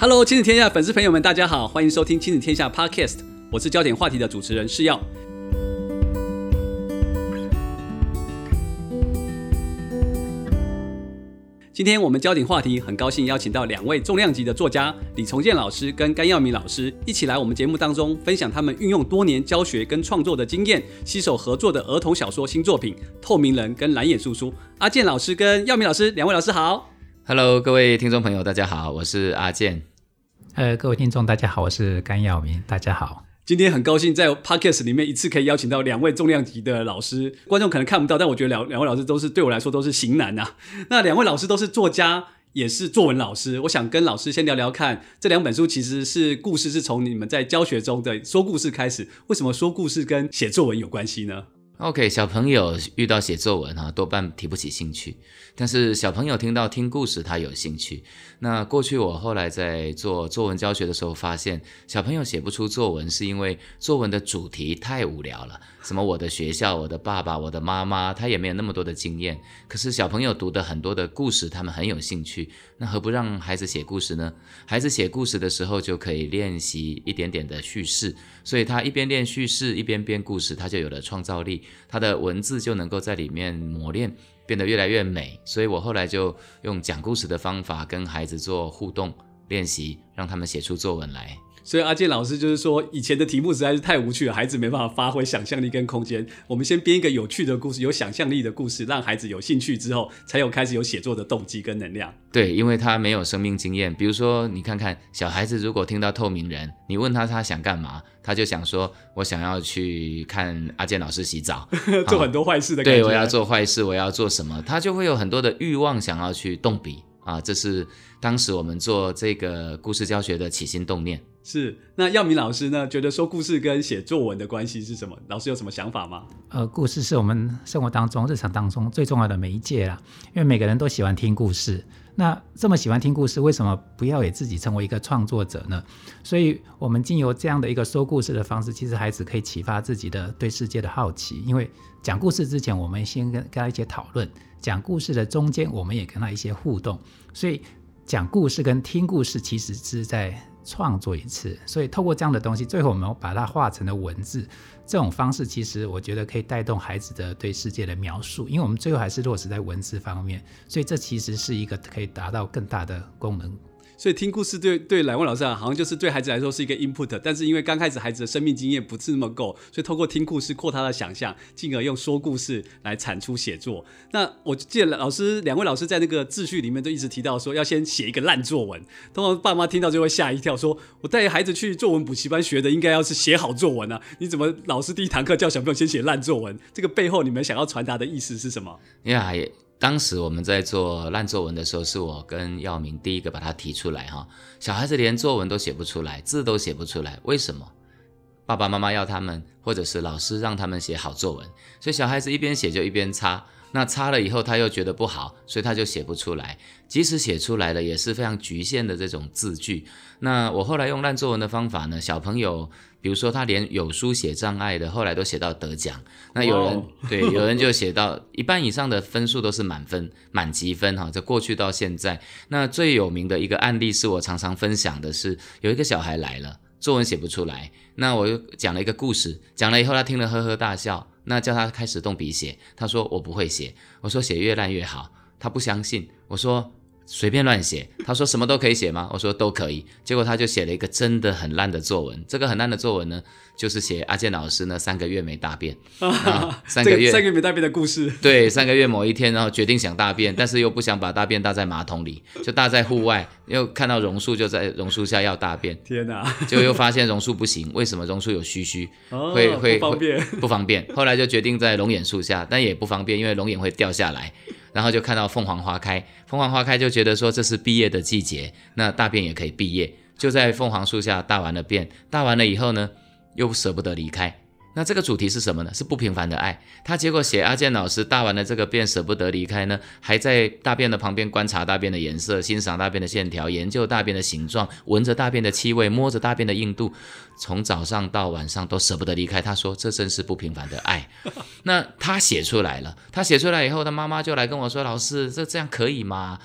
Hello， 亲子天下粉丝朋友们，大家好，欢迎收听亲子天下 Podcast， 我是焦点话题的主持人世耀。今天我们焦点话题很高兴邀请到2位重量级的作家李崇建老师跟甘耀明老师一起来我们节目当中分享他们运用多年教学跟创作的经验，携手合作的儿童小说新作品《透明人》跟《蓝眼叔叔》。阿健老师跟耀明老师，2位老师好。 Hello， 各位听众朋友大家好，我是阿健。 各位听众大家好，我是甘耀明，大家好。 今天很高兴在 Podcast 里面一次可以邀请到2位重量级的老师，观众可能看不到，但我觉得两位老师都是对我来说都是型男啊。那2位老师都是作家，也是作文老师，我想跟老师先聊聊看，这2本书其实是故事是从你们在教学中的说故事开始，为什么说故事跟写作文有关系呢 ？OK， 小朋友遇到写作文多半提不起兴趣，但是小朋友听到听故事他有兴趣。那过去我后来在做作文教学的时候发现，小朋友写不出作文是因为作文的主题太无聊了，什么我的学校、我的爸爸、我的妈妈，他也没有那么多的经验。可是小朋友读的很多的故事他们很有兴趣，那何不让孩子写故事呢？孩子写故事的时候就可以练习一点点的叙事，所以他一边练叙事一边编故事，他就有了创造力，他的文字就能够在里面磨练，变得越来越美。所以我后来就用讲故事的方法跟孩子做互动练习，让他们写出作文来。 所以阿健老师就是说，以前的题目实在是太无趣了，孩子没办法发挥想象力跟空间。我们先编一个有趣的故事，有想象力的故事，让孩子有兴趣之后，才有开始有写作的动机跟能量。 对，因为他没有生命经验。比如说，你看看小孩子，如果听到透明人，你问他想干嘛，他就想说，我想要去看阿健老师洗澡， 做很多坏事的感觉。 对，我要做坏事，我要做什么，他就会有很多的欲望想要去动笔啊。这是当时我们做这个故事教学的起心动念。 是，那耀明老师呢？觉得说故事跟写作文的关系是什么？老师有什么想法吗？ 故事是我们生活当中、日常当中最重要的媒介啦。因为每个人都喜欢听故事，那这么喜欢听故事，为什么不要也自己成为一个创作者呢？所以我们经由这样的一个说故事的方式，其实孩子可以启发自己的对世界的好奇。因为讲故事之前，我们先跟他一些讨论；讲故事的中间，我们也跟他一些互动。所以讲故事跟听故事其实是在创作一次，所以透过这样的东西，最后我们把它化成了文字，这种方式其实我觉得可以带动孩子的对世界的描述，因为我们最后还是落实在文字方面，所以这其实是一个可以达到更大的功能。 所以听故事对2位老师好像就是对孩子来说是一个 input， 但是因为刚开始孩子的生命经验不是那么够，所以透过听故事扩他的想象，进而用说故事来产出写作。那我记得2位老师在那个秩序里面都一直提到说要先写一个烂作文，通常爸妈听到就会吓一跳，说我带孩子去作文补习班学的应该要是写好作文啊，你怎么老师第一堂课叫小朋友先写烂作文？这个背后你们想要传达的意思是什么？ 当时我们在做烂作文的时候，是我跟耀明第一个把它提出来哈。小孩子连作文都写不出来，字都写不出来，为什么？爸爸妈妈要他们，或者是老师让他们写好作文，所以小孩子一边写就一边擦，那擦了以后他又觉得不好，所以他就写不出来。即使写出来了，也是非常局限的这种字句。那我后来用烂作文的方法呢，小朋友比如说他连有书写障碍的后来都写到得奖，那有人就写到1半以上的分数都是满分满级分这过去到现在。那最有名的一个案例是我常常分享的是，有一个小孩来了，作文写不出来，那我就讲了一个故事，讲了以后他听了呵呵大笑，那叫他开始动笔写，他说我不会写，我说写越烂越好，他不相信，我说随便乱写，他说什么都可以写吗？我说都可以。结果他就写了一个真的很烂的作文，这个很烂的作文呢，就是写阿健老师呢3个月没大便3个月没大便的故事。 对，3个月某一天然后决定想大便，但是又不想把大便搭在马桶里，就搭在户外，又看到榕树就在榕树下要大便， 天哪！ 就又发现榕树不行，为什么？榕树有须须，不方便。后来就决定在龙眼树下，但也不方便，因为龙眼会掉下来。然后就看到凤凰花开，凤凰花开就觉得说这是毕业的季节，那大便也可以毕业，就在凤凰树下大完了便，大完了以后呢，又舍不得离开。那这个主题是什么呢？是不平凡的爱。他结果写阿健老师大完了这个便舍不得离开呢，还在大便的旁边观察大便的颜色，欣赏大便的线条，研究大便的形状，闻着大便的气味，摸着大便的硬度，从早上到晚上都舍不得离开。他说这真是不平凡的爱。那他写出来了，他写出来以后，他妈妈就来跟我说，老师这样可以吗？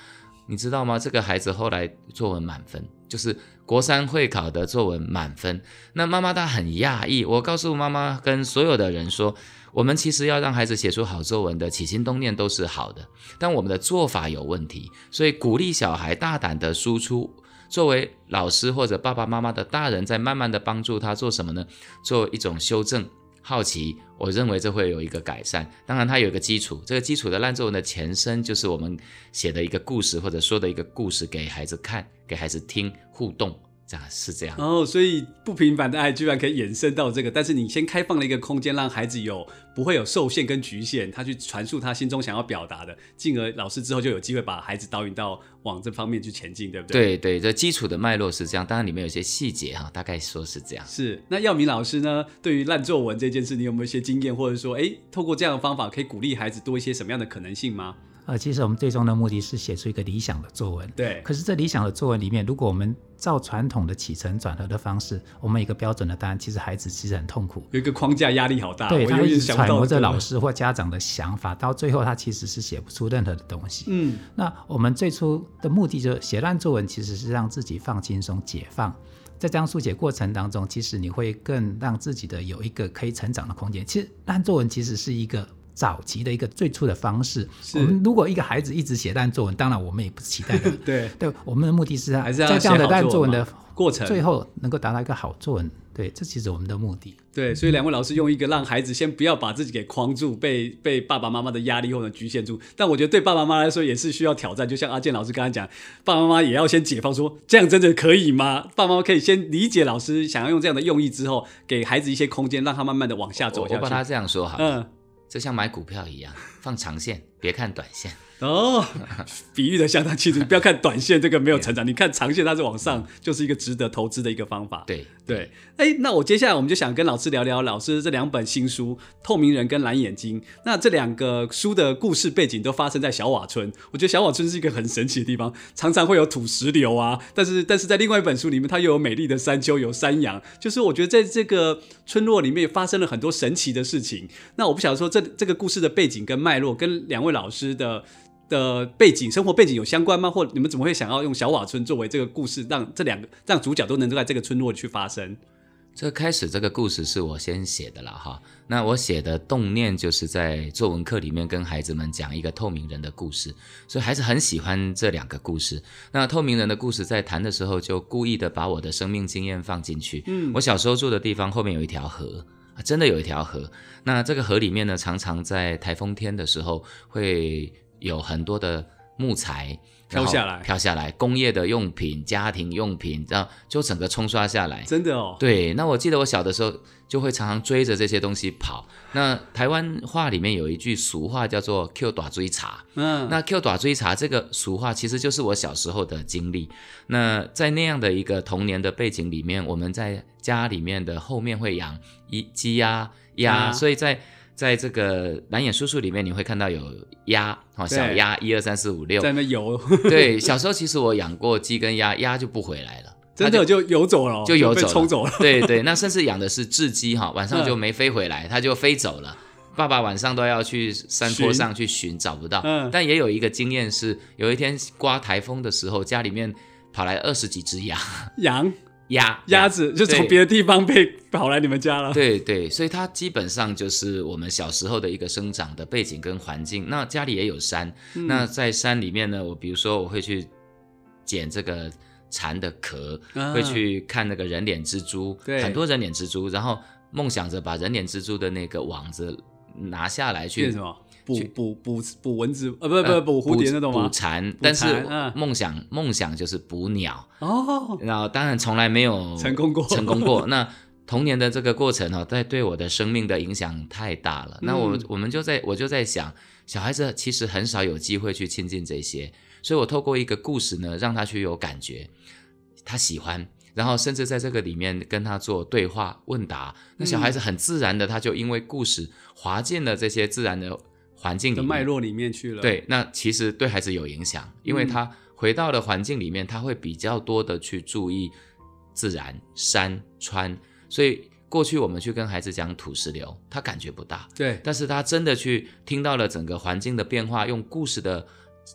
你知道吗？这个孩子后来作文满分，就是国3会考的作文满分。那妈妈她很讶异，我告诉妈妈跟所有的人说，我们其实要让孩子写出好作文的起心动念都是好的，但我们的做法有问题，所以鼓励小孩大胆的输出，作为老师或者爸爸妈妈的大人在慢慢的帮助他做什么呢？做一种修正，好奇，我认为这会有一个改善。当然它有一个基础，这个基础的烂作文的前身就是我们写的一个故事，或者说的一个故事给孩子看，给孩子听，互动，这样是这样。 所以不平凡的爱居然可以延伸到这个，但是你先开放了一个空间，让孩子不会有受限跟局限，他去传述他心中想要表达的，进而老师之后就有机会把孩子导引到往这方面去前进，对不对？ 对对，这基础的脉络是这样，当然里面有一些细节大概说是这样。 是，那耀明老师呢？对于烂作文这件事，你有没有一些经验，或者说，透过这样的方法，可以鼓励孩子多一些什么样的可能性吗？ 其实我们最终的目的是写出一个理想的作文。 对。 可是这理想的作文里面，如果我们照传统的起承转合的方式，我们有一个标准的答案，其实孩子其实很痛苦， 有一个框架，压力好大。 对，他一直揣摩着老师或家长的想法，到最后他其实是写不出任何的东西。那我们最初的目的就是写烂作文，其实是让自己放轻松、解放。在这样书写过程当中，其实你会更让自己的有一个可以成长的空间。其实烂作文其实是一个早期的一个最初的方式。我们如果一个孩子一直写烂作文，当然我们也不是期待的对，我们的目的是在这样的烂作文的过程最后能够达到一个好作文。对，这其实我们的目的。 对，所以两位老师用一个让孩子先不要把自己给框住，被爸爸妈妈的压力或者局限住。但我觉得对爸爸妈妈来说也是需要挑战，就像阿健老师刚才讲，爸爸妈妈也要先解放说，这样真的可以吗？爸爸妈妈可以先理解老师想要用这样的用意之后，给孩子一些空间，让他慢慢的往下走下去。 我把他这样说好了，这像买股票一样，放长线，别看短线。 比喻的相当清楚，不要看短线这个没有成长，你看长线它是往上，就是一个值得投资的一个方法。对，那我接下来我们就想跟老师聊聊老师这2本新书《透明人》跟《蓝眼睛》。那这2个书的故事背景都发生在小瓦村，我觉得小瓦村是一个很神奇的地方，常常会有土石流啊，但是在另外一本书里面，它又有美丽的山丘，有山羊，就是我觉得在这个村落里面发生了很多神奇的事情。那我不晓得说这个故事的背景跟脉络跟2位老师的背景、生活背景有相关吗？或你们怎么会想要用小瓦村作为这个故事，让主角都能够在这个村落去发生？ 开始这个故事是我先写的啦哈。那我写的动念就是在作文课里面跟孩子们讲一个透明人的故事，所以孩子很喜欢这2个故事。那透明人的故事在谈的时候，就故意的把我的生命经验放进去。我小时候住的地方后面有一条河。真的有一条河，那这个河里面呢，常常在台风天的时候会有很多的木材飘下来， 工业的用品、家庭用品，然后就整个冲刷下来。 真的哦。 对，那我记得我小的时候就会常常追着这些东西跑。那台湾话里面有一句俗话叫做 Q 大追茶。那 Q 大追茶这个俗话其实就是我小时候的经历。那在那样的一个童年的背景里面，我们在家里面的后面会养鸡鸭，所以在这个蓝眼叔叔里面你会看到有鸭，小鸭1、2、3、4、5、6在那游。 对，小时候其实我养过鸡跟鸭，鸭就不回来了。 真的就游走了， 就游走了， 被冲走了。 对对，那甚至养的是雉鸡晚上就没飞回来，它就飞走了。爸爸晚上都要去山坡上去寻，找不到。但也有一个经验是，有一天刮台风的时候，家里面跑来20几只鸭子，就从别的地方跑来你们家了。 对对，所以它基本上就是我们小时候的一个生长的背景跟环境。那家里也有山，那在山里面呢，比如说我会去捡这个蝉的壳，会去看那个人脸蜘蛛，很多人脸蜘蛛，然后梦想着把人脸蜘蛛的那个网子拿下来去什么捕蚊子，不捕蝴蝶那种吗？ 捕蝉，但是梦想就是捕鸟然后当然从来没有成功过。那童年的这个过程在对我的生命的影响太大了。那我就在想，小孩子其实很少有机会去亲近这些，所以我透过一个故事呢，让他去有感觉，他喜欢。然后甚至在这个里面跟他做对话问答，那小孩子很自然的他就因为故事滑进了这些自然的环境里面的脉络里面去了。 对，那其实对孩子有影响，因为他回到了环境里面，他会比较多的去注意自然山川。所以过去我们去跟孩子讲土石流，他感觉不大， 对， 但是他真的去听到了整个环境的变化，用故事的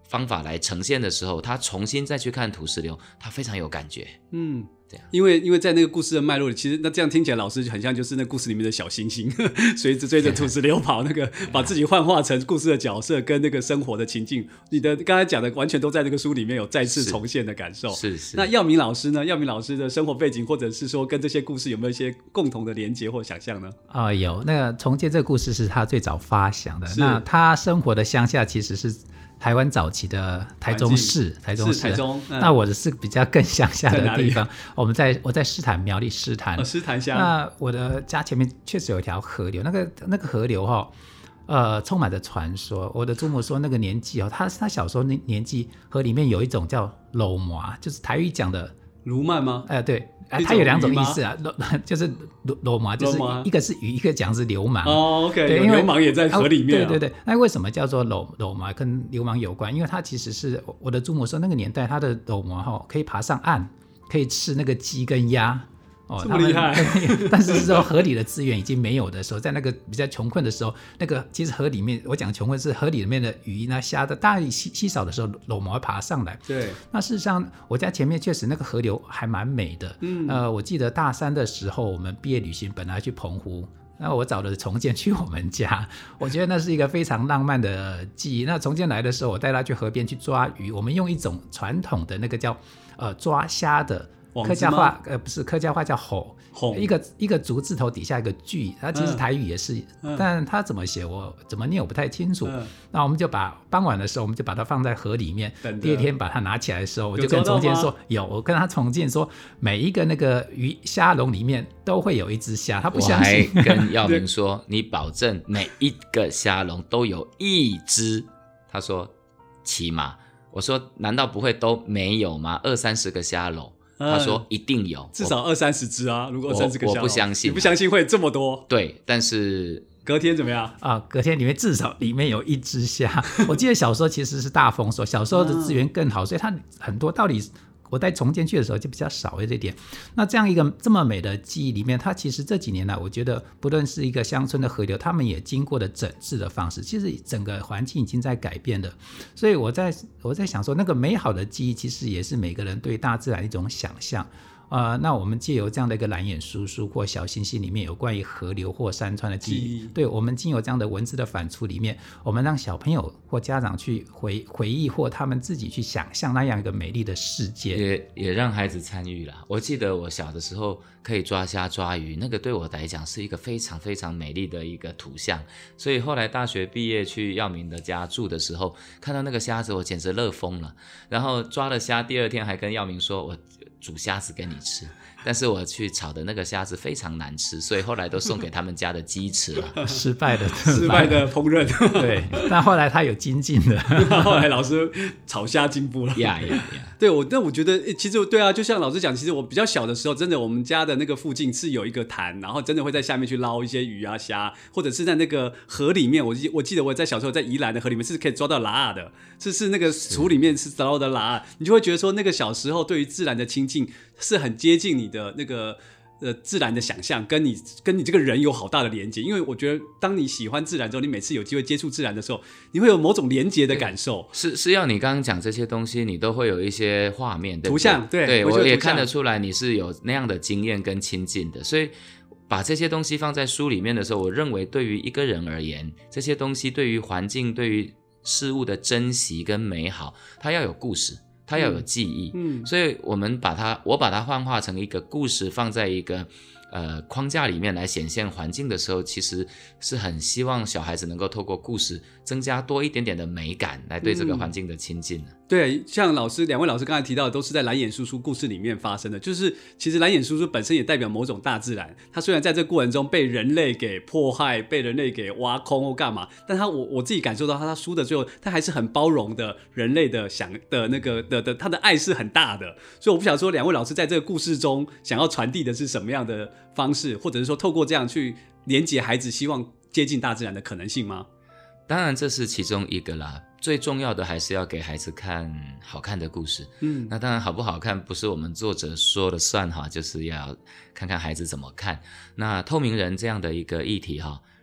方法来呈现的时候，他重新再去看土石流，他非常有感觉。这样， 因为在那个故事的脉络里，其实那这样听起来，老师很像就是那故事里面的小星星，随着土石流跑，那个把自己幻化成故事的角色跟那个生活的情境。你的刚才讲的完全都在这个书里面有再次重现的感受。 是。 那耀明老师呢？耀明老师的生活背景，或者是说跟这些故事有没有一些共同的连结或想象呢？ 有。那个重建这个故事是他最早发想的。那他生活的乡下其实是台湾早期的台中市，那我的是比较更乡下的地方。我在诗坛，苗栗诗坛。 诗坛乡。 那我的家前面确实有一条河流，那个河流充满着传说。我的祖母说那个年纪他小时候那年纪，河里面有一种叫漏麻，就是台语讲的卢曼吗？ 对。它有2种意思啊，就是罗麻，就是一个是鱼，一个讲是流氓。 OK， 对，流氓也在河里面。 对。那为什么叫做罗麻？跟流氓有关，因为它其实是我的祖母说那个年代，它的罗麻可以爬上岸，可以吃那个鸡跟鸭。 这么厉害。 但是说河里的资源已经没有的时候，在那个比较穷困的时候，那个其实河里面，我讲穷困是河里面的鱼那虾的大概稀少的时候，螺毛会爬上来。 对。 那事实上我家前面确实那个河流还蛮美的。我记得大3的时候我们毕业旅行本来去澎湖，那我找了重建去我们家，我觉得那是一个非常浪漫的记忆。那重建来的时候，我带他去河边去抓鱼，我们用一种传统的那个叫抓虾的客家话，不是客家话叫吼，一个竹字头底下一个句，它其实台语也是，但它怎么写我怎么念我不太清楚。那我们就把傍晚的时候，我们就把它放在河里面，第二天把它拿起来的时候，我就跟重建说我跟他重建说，每一个那个鱼虾笼里面都会有一只虾，他不相信。 我还跟耀明说，你保证每一个虾笼都有1只，他说起码，我说难道不会都没有吗？20-30个虾笼。他说一定有， 至少20-30只啊！如果20-30个虾， 我不相信。 你不相信会这么多？ 对，但是隔天怎么样隔天里面至少里面有1只虾。我记得小时候其实是大丰收，小时候的资源更好，所以它很多道理。我带重建去的时候就比较少一点。那这样一个这么美的记忆里面，它其实这几年来，我觉得不论是一个乡村的河流，他们也经过了整治的方式，其实整个环境已经在改变了。所以我在想说，那个美好的记忆其实也是每个人对大自然一种想象。那我们借由这样的一个蓝眼书或小星星里面有关于河流或山川的记忆，对，我们经由这样的文字的反刍里面，我们让小朋友或家长去回忆或他们自己去想象那样一个美丽的世界， 也让孩子参与啦。我记得我小的时候可以抓虾抓鱼，那个对我来讲是一个非常非常美丽的一个图像，所以后来大学毕业去耀明的家住的时候，看到那个虾子我简直乐疯了，然后抓了虾第2天还跟耀明说我煮虾子给你吃，但是我去炒的那个虾子非常难吃，所以后来都送给他们家的鸡吃了。 失败的烹饪。 对，但后来他有精进的。 后来老师炒虾进步了。对，但我觉得其实对啊，就像老师讲，其实我比较小的时候，真的我们家的那个附近是有一个潭，然后真的会在下面去捞一些鱼啊虾，或者是在那个河里面，我记得我在小时候在宜兰的河里面是可以抓到喇的，是那个湖里面是抓到的喇，你就会觉得说那个小时候对于自然的亲近是很接近你的那个自然的想象，跟你这个人有好大的连接。因为我觉得当你喜欢自然之后，你每次有机会接触自然的时候，你会有某种连接的感受。 是要你刚刚讲这些东西，你都会有一些画面，对不对？ 图像，对， 我也看得出来你是有那样的经验跟亲近的。所以把这些东西放在书里面的时候，我认为对于一个人而言，这些东西对于环境、对于事物的珍惜跟美好，它要有故事，它要有记忆。所以我把它幻化成一个故事，放在一个框架里面来显现环境的时候，其实是很希望小孩子能够透过故事增加多一点点的美感，来对这个环境的亲近。 对，像两位老师刚才提到的，都是在蓝眼叔叔故事里面发生的。就是其实蓝眼叔叔本身也代表某种大自然，他虽然在这过程中被人类给迫害，被人类给挖空或干嘛，但我自己感受到他书的最后，他还是很包容的人类的他的爱是很大的。所以我不想说两位老师在这个故事中想要传递的是什么样的方式，或者是说透过这样去连结孩子希望接近大自然的可能性吗？ 当然这是其中一个啦，最重要的还是要给孩子看好看的故事。那当然好不好看不是我们作者说了算哈，就是要看看孩子怎么看。那透明人这样的一个议题哈，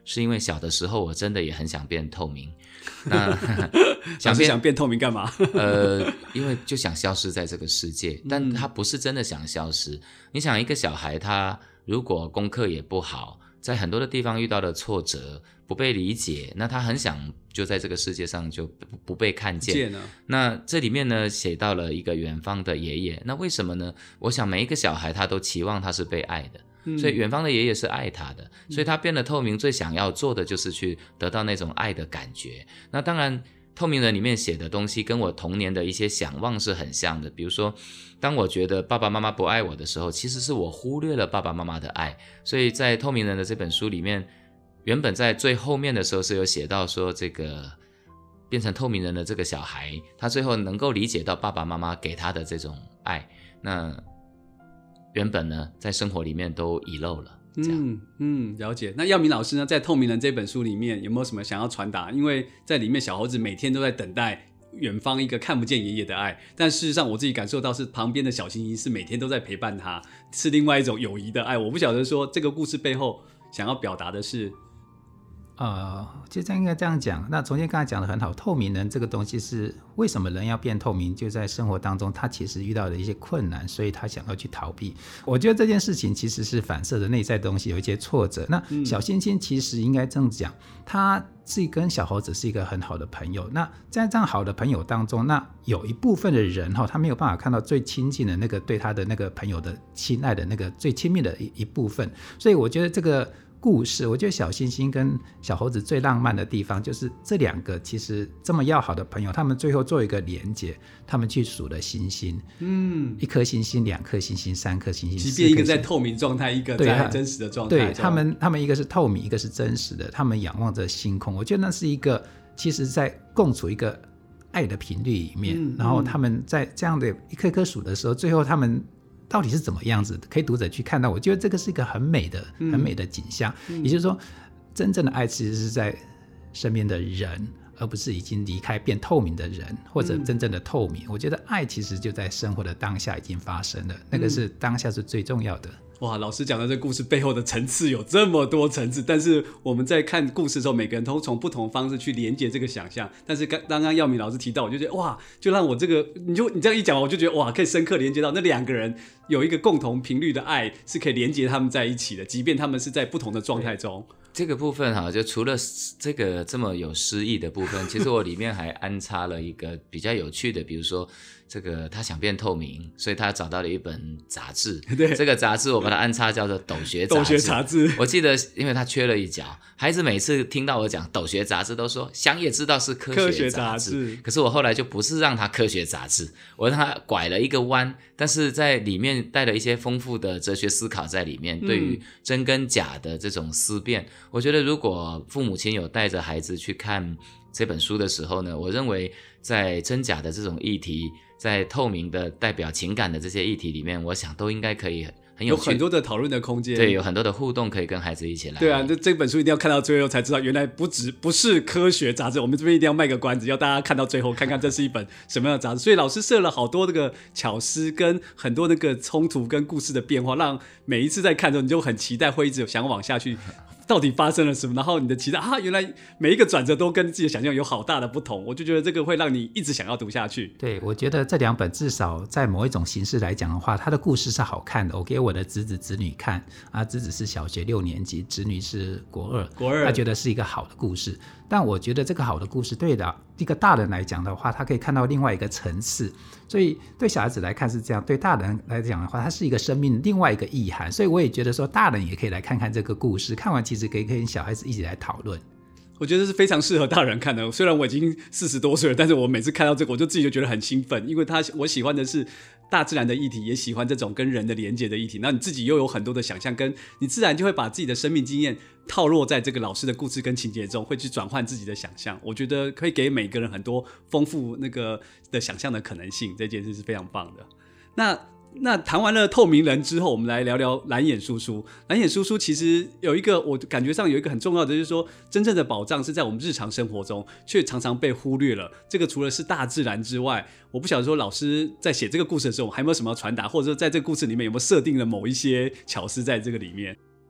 是因为小的时候我真的也很想变透明。那想变透明干嘛？ 因为就想消失在这个世界，但他不是真的想消失。你想一个小孩，他如果功课也不好，在很多的地方遇到了挫折，不被理解，那他很想就在这个世界上就不被看见。那这里面呢写到了一个远方的爷爷，那为什么呢？我想每一个小孩他都期望他是被爱的，所以远方的爷爷是爱他的，所以他变得透明，最想要做的就是去得到那种爱的感觉。那当然透明人里面写的东西跟我童年的一些想望是很像的，比如说当我觉得爸爸妈妈不爱我的时候，其实是我忽略了爸爸妈妈的爱。所以在透明人的这本书里面，原本在最后面的时候是有写到说，这个变成透明人的这个小孩，他最后能够理解到爸爸妈妈给他的这种爱，那原本呢在生活里面都遗漏了。 了解。那耀明老师呢，在《透明人》这本书里面有没有什么想要传达？因为在里面小猴子每天都在等待远方一个看不见爷爷的爱，但事实上我自己感受到是旁边的小星星是每天都在陪伴他，是另外一种友谊的爱。我不晓得说这个故事背后想要表达的是就应该这样讲。那从前刚才讲的很好，透明人这个东西是为什么人要变透明，就在生活当中他其实遇到了一些困难，所以他想要去逃避。我觉得这件事情其实是反射的内在东西有一些挫折。那小星星其实应该这样讲，他是跟小猴子是一个很好的朋友。那在这样好的朋友当中，那有一部分的人他没有办法看到最亲近的那个对他的那个朋友的亲爱的那个最亲密的一部分，所以我觉得这个故事，我觉得小星星跟小猴子最浪漫的地方就是这两个其实这么要好的朋友，他们最后做一个连结，他们去数了星星，一颗星星，两颗星星，三颗星星， 即便一个在透明状态，一个在真实的状态， 对，他们一个是透明，一个是真实的，他们仰望着星空。我觉得那是一个其实在共处一个爱的频率里面，然后他们在这样的一颗颗数的时候，最后他们到底是怎么样子，可以读者去看到。我觉得这个是一个很美的景象，也就是说真正的爱其实是在身边的人，而不是已经离开变透明的人，或者真正的透明。我觉得爱其实就在生活的当下已经发生了，那个是当下是最重要的。 哇，老师讲的这故事背后的层次有这么多层次，但是我们在看故事的时候，每个人都从不同方式去连接这个想象。但是刚刚耀明老师提到，我就觉得哇，就让我这个你这样一讲，我就觉得哇，可以深刻连接到那两个人有一个共同频率的爱，是可以连接他们在一起的，即便他们是在不同的状态中。 这个部分就除了这个这么有诗意的部分，其实我里面还安插了一个比较有趣的，比如说这个他想变透明，所以他找到了一本杂志，对，这个杂志我把它安插叫做斗学杂志。我记得因为他缺了一角，孩子每次听到我讲斗学杂志都说想也知道是科学杂志，可是我后来就不是让他科学杂志，我让他拐了一个弯，但是在里面带了一些丰富的哲学思考在里面，对于真跟假的这种思辨。我觉得如果父母亲有带着孩子去看这本书的时候呢，我认为在真假的这种议题，在透明的代表情感的这些议题里面，我想都应该可以很有趣， 有很多的讨论的空间， 对，有很多的互动可以跟孩子一起来。 对啊，这本书一定要看到最后才知道，原来不是科学杂志。我们这边一定要卖个关子，要大家看到最后，看看这是一本什么样的杂志。所以老师设了好多那个巧思，跟很多那个冲突跟故事的变化，让每一次在看的时候，你就很期待，会一直想往下去。到底发生了什么？然后你的期待原来每一个转折都跟自己的想象有好大的不同，我就觉得这个会让你一直想要读下去。 对，我觉得这两本至少在某一种形式来讲的话，它的故事是好看的。我给我的侄子侄女看侄子是小学6年级，侄女是国二，他觉得是一个好的故事。但我觉得这个好的故事对的一个大人来讲的话，他可以看到另外一个层次，所以对小孩子来看是这样，对大人来讲的话，它是一个生命另外一个意涵。所以我也觉得说大人也可以来看看这个故事，看完其实可以跟小孩子一起来讨论。 我觉得是非常适合大人看的，虽然我已经40多岁了，但是我每次看到这个我就自己就觉得很兴奋，因为我喜欢的是大自然的议题，也喜欢这种跟人的连结的议题，那你自己又有很多的想象，跟你自然就会把自己的生命经验套落在这个老师的故事跟情节中，会去转换自己的想象。我觉得可以给每个人很多丰富那个的想象的可能性，这件事是非常棒的。那谈完了透明人之后，我们来聊聊蓝眼叔叔。蓝眼叔叔其实有一个我感觉上有一个很重要的，就是说真正的宝藏是在我们日常生活中，却常常被忽略了。这个除了是大自然之外，我不晓得说老师在写这个故事的时候还有没有什么传达，或者说在这个故事里面有没有设定了某一些巧思在这个里面。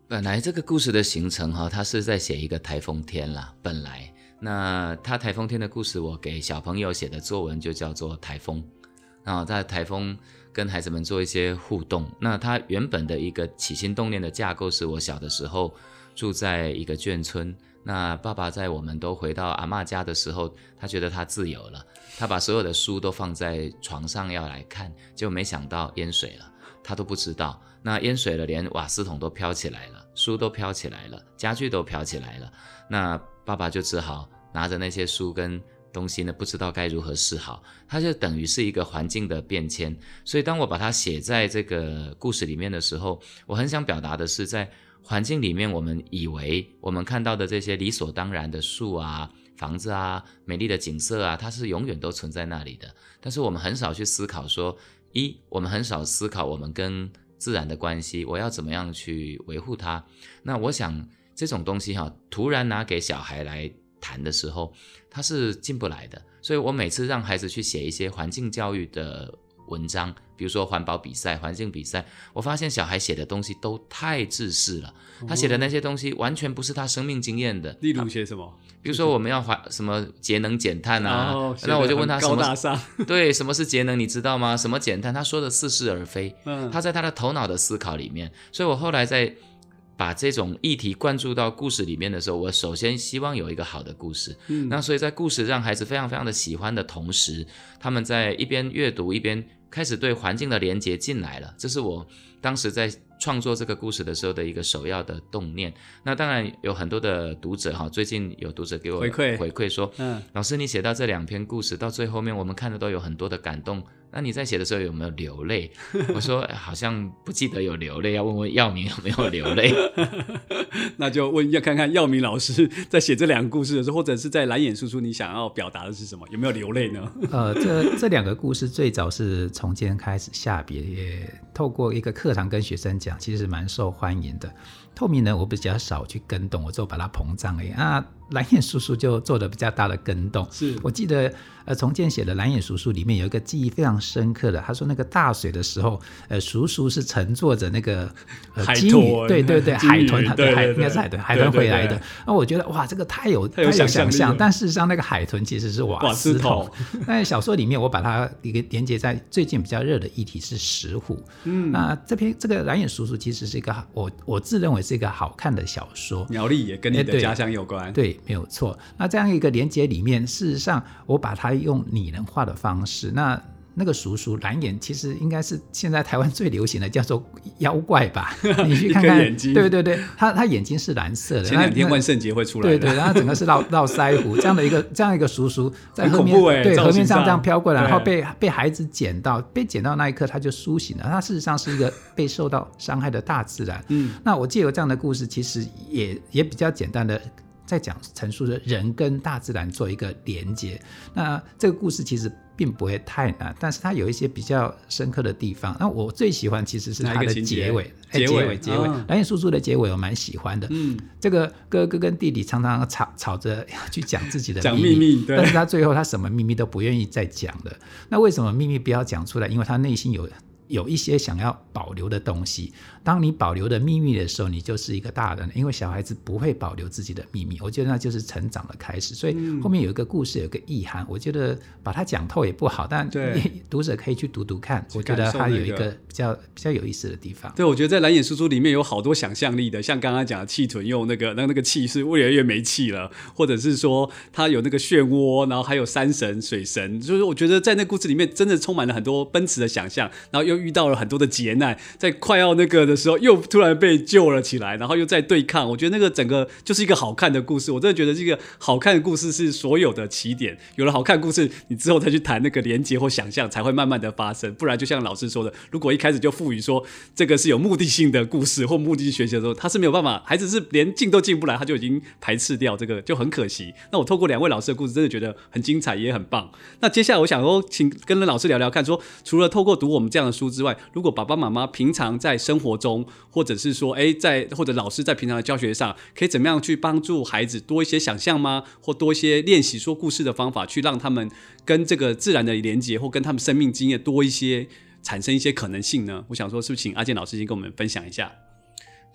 本来这个故事的形成他是在写一个台风天啦，本来那他台风天的故事，我给小朋友写的作文就叫做台风，然后在台风跟孩子们做一些互动。那他原本的一个起心动念的架构是，我小的时候住在一个眷村，那爸爸在我们都回到阿嬷家的时候，他觉得他自由了，他把所有的书都放在床上要来看，结果没想到淹水了，他都不知道。那淹水了，连瓦斯桶都飘起来了，书都飘起来了，家具都飘起来了，那爸爸就只好拿着那些书跟东西呢，不知道该如何是好。它就等于是一个环境的变迁。所以当我把它写在这个故事里面的时候，我很想表达的是，在环境里面我们以为我们看到的这些理所当然的树啊、房子啊、美丽的景色啊，它是永远都存在那里的。但是我们很少去思考说，我们很少思考我们跟自然的关系，我要怎么样去维护它。那我想这种东西突然拿给小孩来谈的时候，他是进不来的。所以我每次让孩子去写一些环境教育的文章，比如说环保比赛、环境比赛，我发现小孩写的东西都太制式了，他写的那些东西完全不是他生命经验的。 例如写什么？ 比如说我们要什么节能减碳啊，那我就问他什么高大上对，什么是节能你知道吗？什么减碳？他说的似是而非，他在他的头脑的思考里面。所以我后来在把这种议题灌注到故事里面的时候，我首先希望有一个好的故事。那所以在故事让孩子非常非常的喜欢的同时，他们在一边阅读一边开始对环境的连结进来了。这是我当时在创作这个故事的时候的一个首要的动念。那当然有很多的读者最近有读者给我回馈说，老师你写到这2篇故事到最后面，我们看的都有很多的感动，那你在写的时候有没有流泪？我说好像不记得有流泪，要问问耀明有没有流泪。 那就看看耀明老师在写这2个故事的时候，或者是在蓝眼叔叔你想要表达的是什么，有没有流泪呢？ 这2个故事最早是从今天开始下笔，也透过一个课堂跟学生讲，其实蛮受欢迎的。透明人我比较少去跟动，我就把它膨胀而已。蓝眼叔叔就做的比较大的跟动。 是我记得从前写的蓝眼叔叔里面有一个记忆非常深刻的，他说那个大水的时候，叔叔是乘坐着那个海豚， 对对对，海豚， 对应该是海豚回来的。那我觉得哇，这个太有想象，但事实上那个海豚其实是瓦斯桶。但小说里面我把它一个连接在最近比较热的议题是石虎。那这个蓝眼叔叔其实是一个我自认为是一个好看的小说。 苗栗也跟你的家乡有关， 对，没有错。那这样一个连接里面，事实上我把它用拟人化的方式，那个叔叔蓝眼其实应该是现在台湾最流行的叫做妖怪吧。你去看看，对对对，他眼睛是蓝色的， 前2天万圣节会出来的， 对对，然后整个是络腮胡，这样的一个叔叔在河面， 对， 河面上这样飘过来，然后被孩子捡到那一刻他就苏醒了，他事实上是一个被受到伤害的大自然。那我借由这样的故事，其实也比较简单的在陈述着人跟大自然做一个连接。那这个故事其实并不会太难，但是它有一些比较深刻的地方。那我最喜欢其实是它的结尾。蓝眼叔叔的结尾我蛮喜欢的。这个哥哥跟弟弟常常吵着要去讲自己的秘密，但是他最后他什么秘密都不愿意再讲了。那为什么秘密不要讲出来？因为他内心有一些想要保留的东西。当你保留的秘密的时候，你就是一个大人，因为小孩子不会保留自己的秘密。我觉得那就是成长的开始。所以后面有一个故事，有一个意涵，我觉得把它讲透也不好，但读者可以去读看。我觉得它有一个比较有意思的地方。 对，我觉得在蓝眼叔叔里面有好多想象力的，像刚刚讲的气豚用那个气是越来越没气了，或者是说它有那个漩涡，然后还有山神、水神，就是我觉得在那故事里面真的充满了很多奔驰的想象，然后又遇到了很多的劫难，在快要那个的时候又突然被救了起来，然后又在对抗。我觉得那个整个就是一个好看的故事。我真的觉得这个好看的故事是所有的起点，有了好看的故事，你之后再去谈那个连结或想象才会慢慢的发生。不然就像老师说的，如果一开始就赋予说这个是有目的性的故事或目的性学习的时候，他是没有办法，孩子是连进都进不来，他就已经排斥掉，这个就很可惜。那我透过2位老师的故事真的觉得很精彩也很棒。那接下来我想说请跟老师聊聊看，说除了透过读我们这样的书之外，如果爸爸妈妈平常在生活中，或者是说或者老师在平常的教学上，可以怎么样去帮助孩子多一些想象吗？或多一些练习说故事的方法，去让他们跟这个自然的连结，或跟他们生命经验多一些，产生一些可能性呢？我想说是不是请阿健老师先跟我们分享一下？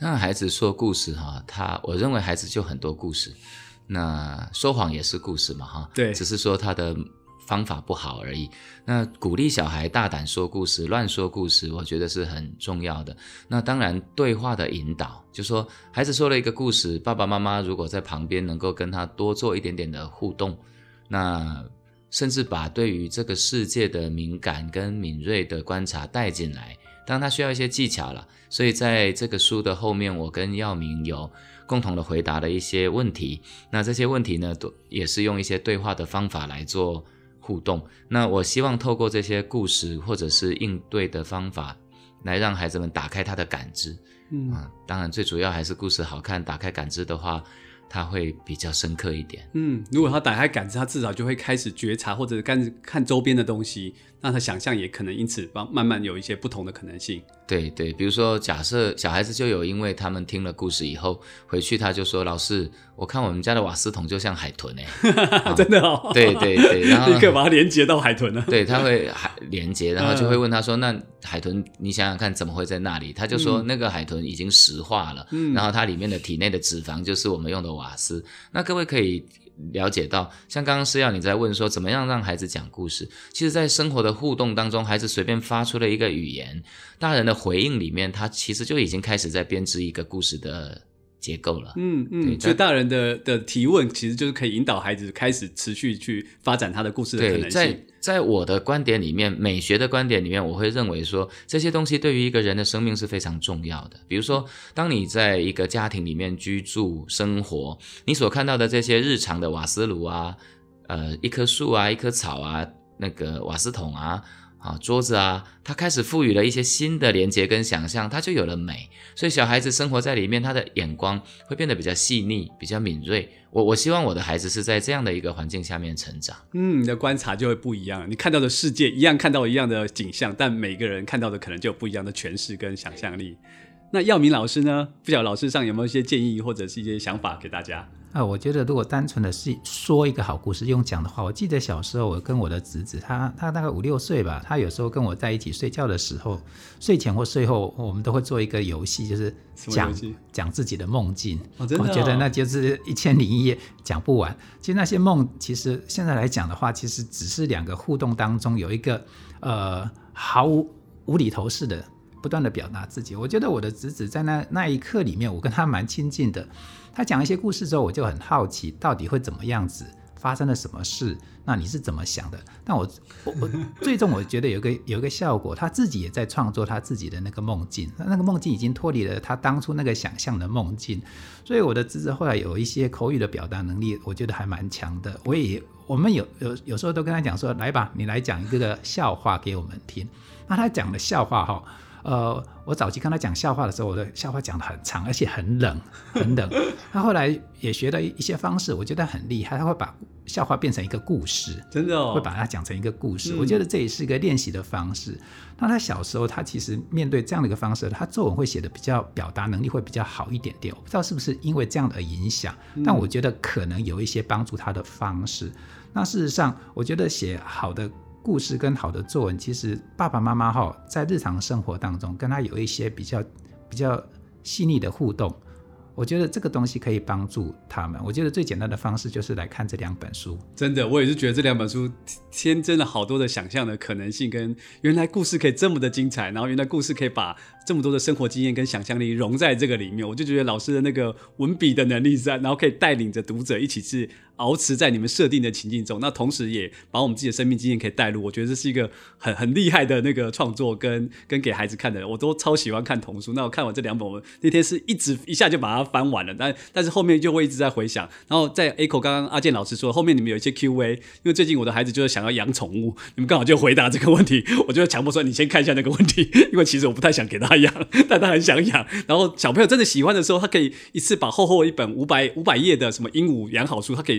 当然孩子说故事我认为孩子就很多故事，那说谎也是故事嘛对， 只是说他的方法不好而已。那鼓励小孩大胆说故事，乱说故事，我觉得是很重要的。那当然对话的引导，就说孩子说了一个故事，爸爸妈妈如果在旁边能够跟他多做一点点的互动，那甚至把对于这个世界的敏感跟敏锐的观察带进来，当然他需要一些技巧了。所以在这个书的后面，我跟耀明有共同的回答了一些问题，那这些问题呢，也是用一些对话的方法来做互动。那我希望透过这些故事或者是应对的方法，来让孩子们打开他的感知。当然最主要还是故事好看，打开感知的话他会比较深刻一点。 如果他打开感知，他至少就会开始觉察或者看周边的东西，那他想象也可能因此慢慢有一些不同的可能性。 对对，比如说假设小孩子就有因为他们听了故事以后回去他就说，老师我看我们家的瓦斯桶就像海豚真的哦。 对对对，然后立刻把它连接到海豚了。 对，他会连接，然后就会问他说，那海豚你想想看怎么会在那里？他就说那个海豚已经石化了，然后它里面的体内的脂肪就是我们用的瓦斯。那各位可以了解到，像刚刚施耀你在问说怎么样让孩子讲故事，其实在生活的互动当中，孩子随便发出了一个语言，大人的回应里面，他其实就已经开始在编织一个故事的结构了。 所以大人的提问其实就是可以引导孩子开始持续去发展他的故事的可能性。 在我的观点里面，美学的观点里面，我会认为说这些东西对于一个人的生命是非常重要的。比如说当你在一个家庭里面居住生活，你所看到的这些日常的瓦斯炉啊，一棵树啊，一棵草啊，那个瓦斯桶啊，桌子啊，他开始赋予了一些新的连结跟想象，他就有了美。所以小孩子生活在里面，他的眼光会变得比较细腻，比较敏锐。我希望我的孩子是在这样的一个环境下面成长。 你的观察就会不一样，你看到的世界一样，看到一样的景象，但每个人看到的可能就有不一样的诠释跟想象力。那耀明老师呢？不晓得老师上有没有一些建议或者是一些想法给大家？ 我觉得如果单纯的是说一个好故事用讲的话，我记得小时候我跟我的侄子，他大概5、6岁吧，他有时候跟我在一起睡觉的时候，睡前或睡后我们都会做一个游戏，就是讲自己的梦境。 真的我觉得那就是1001夜讲不完。其实那些梦其实现在来讲的话，其实只是2个互动当中有一个毫无厘头式的不断的表达自己。我觉得我的侄子在那一刻里面，我跟他蛮亲近的。他讲一些故事之后，我就很好奇到底会怎么样子，发生了什么事，那你是怎么想的？但我最终我觉得有一个效果，他自己也在创作他自己的那个梦境，那个梦境已经脱离了他当初那个想象的梦境。所以我的侄子后来有一些口语的表达能力，我觉得还蛮强的。我们有时候都跟他讲说，来吧，你来讲一个笑话给我们听。那他讲的笑话我早期跟他讲笑话的时候，我的笑话讲得很长，而且很冷。他后来也学了一些方式，我觉得很厉害，他会把笑话变成一个故事。 真的会把它讲成一个故事。我觉得这也是一个练习的方式。那他小时候他其实面对这样的一个方式，他作文会写的比较表达能力会比较好一点点。我不知道是不是因为这样的影响，但我觉得可能有一些帮助他的方式。那事实上我觉得写好的故事跟好的作文，其实爸爸妈妈在日常生活当中跟他有一些比较细腻的互动，我觉得这个东西可以帮助他们。我觉得最简单的方式就是来看这2本书。 真的，我也是觉得这2本书天真了好多的想象的可能性，跟原来故事可以这么的精彩，然后原来故事可以把这么多的生活经验跟想象力融在这个里面。我就觉得老师的那个文笔的能力在，然后可以带领着读者一起是熬持在你们设定的情境中，那同时也把我们自己的生命经验可以带入。我觉得这是一个很厉害的那个创作跟给孩子看的。我都超喜欢看童书，那我看完这2本，我那天是一下就把它翻完了，但是后面就会一直在回想。然后在 Echo 刚刚阿健老师说后面你们有一些 Q&A， 因为最近我的孩子就是想要养宠物，你们刚好就回答这个问题，我就强迫说你先看一下那个问题，因为其实我不太想给他养，但他很想养。然后小朋友真的喜欢的时候，他可以一次把厚厚一本500页的什么鹦鹉养好书，他可以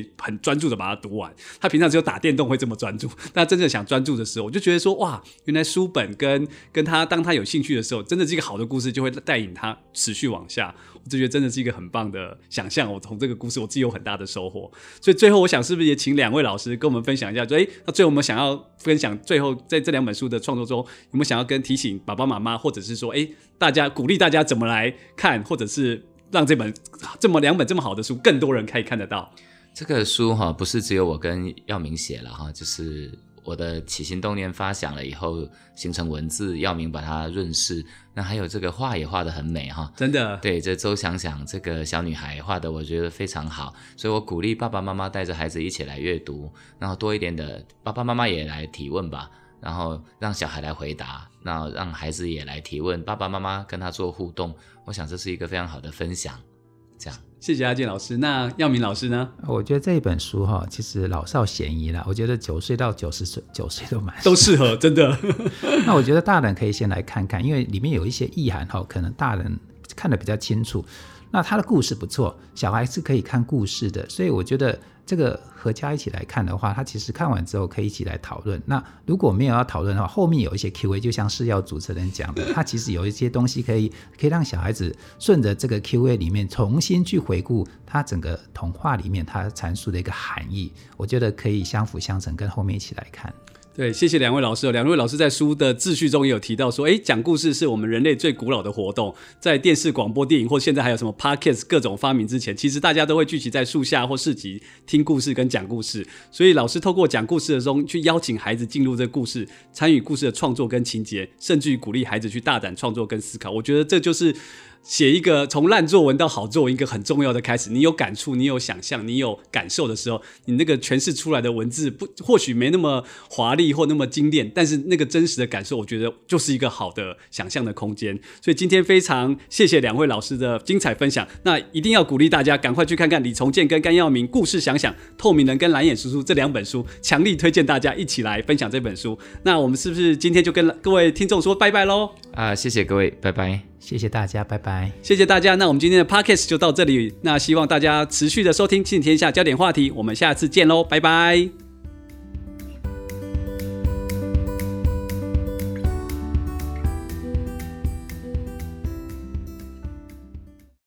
以很专注的把它读完。他平常只有打电动会这么专注，但他真正想专注的时候，我就觉得说哇，原来书本跟他当他有兴趣的时候，真的是一个好的故事，就会带引他持续往下。我就觉得真的是一个很棒的想象，我从这个故事我自己有很大的收获。所以最后我想是不是也请两位老师跟我们分享一下，说那最后我们想要分享最后在这两本书的创作中，有没有想要跟提醒爸爸妈妈，或者是说大家鼓励大家怎么来看，或者是让这两本这么好的书更多人可以看得到。 这个书不是只有我跟耀明写了就是我的起心动念发想了以后形成文字，耀明把它润饰，那还有这个画也画得很美真的。 对，这周想想这个小女孩画的我觉得非常好，所以我鼓励爸爸妈妈带着孩子一起来阅读，然后多一点的爸爸妈妈也来提问吧，然后让小孩来回答，然后让孩子也来提问，爸爸妈妈跟他做互动，我想这是一个非常好的分享。这样， 谢谢阿健老师。那耀明老师呢？ 我觉得这一本书其实老少咸宜啦，我觉得9岁到90岁都适合，真的。 那我觉得大人可以先来看看，因为里面有一些意涵可能大人看得比较清楚。那他的故事不错，小孩是可以看故事的，所以我觉得这个合家一起来看的话，他其实看完之后可以一起来讨论。那如果没有要讨论的话，后面有一些 Q&A， 就像是要主持人讲的，他其实有一些东西可以让小孩子顺着这个 Q&A 里面重新去回顾他整个童话里面他阐述的一个含义，我觉得可以相辅相成，跟后面一起来看。 对，谢谢两位老师。两位老师在书的秩序中也有提到说，讲故事是我们人类最古老的活动，在电视、广播电影或现在还有什么 Podcast 各种发明之前，其实大家都会聚集在树下或市集听故事跟讲故事。所以老师透过讲故事的中去邀请孩子进入这个故事，参与故事的创作跟情节，甚至于鼓励孩子去大胆创作跟思考。我觉得这就是写一个从烂作文到好作文一个很重要的开始。你有感触，你有想象，你有感受的时候，你那个诠释出来的文字或许没那么华丽或那么精炼，但是那个真实的感受我觉得就是一个好的想象的空间。所以今天非常谢谢两位老师的精彩分享，那一定要鼓励大家赶快去看看李崇建跟甘耀明故事想想透明人跟蓝眼叔叔这两本书，强力推荐大家一起来分享这本书。那我们是不是今天就跟各位听众说拜拜咯？ 谢谢各位，拜拜。 谢谢大家，拜拜。 谢谢大家，那我们今天的 Podcast 就到这里，那希望大家持续的收听亲子天下焦点话题，我们下次见咯，拜拜。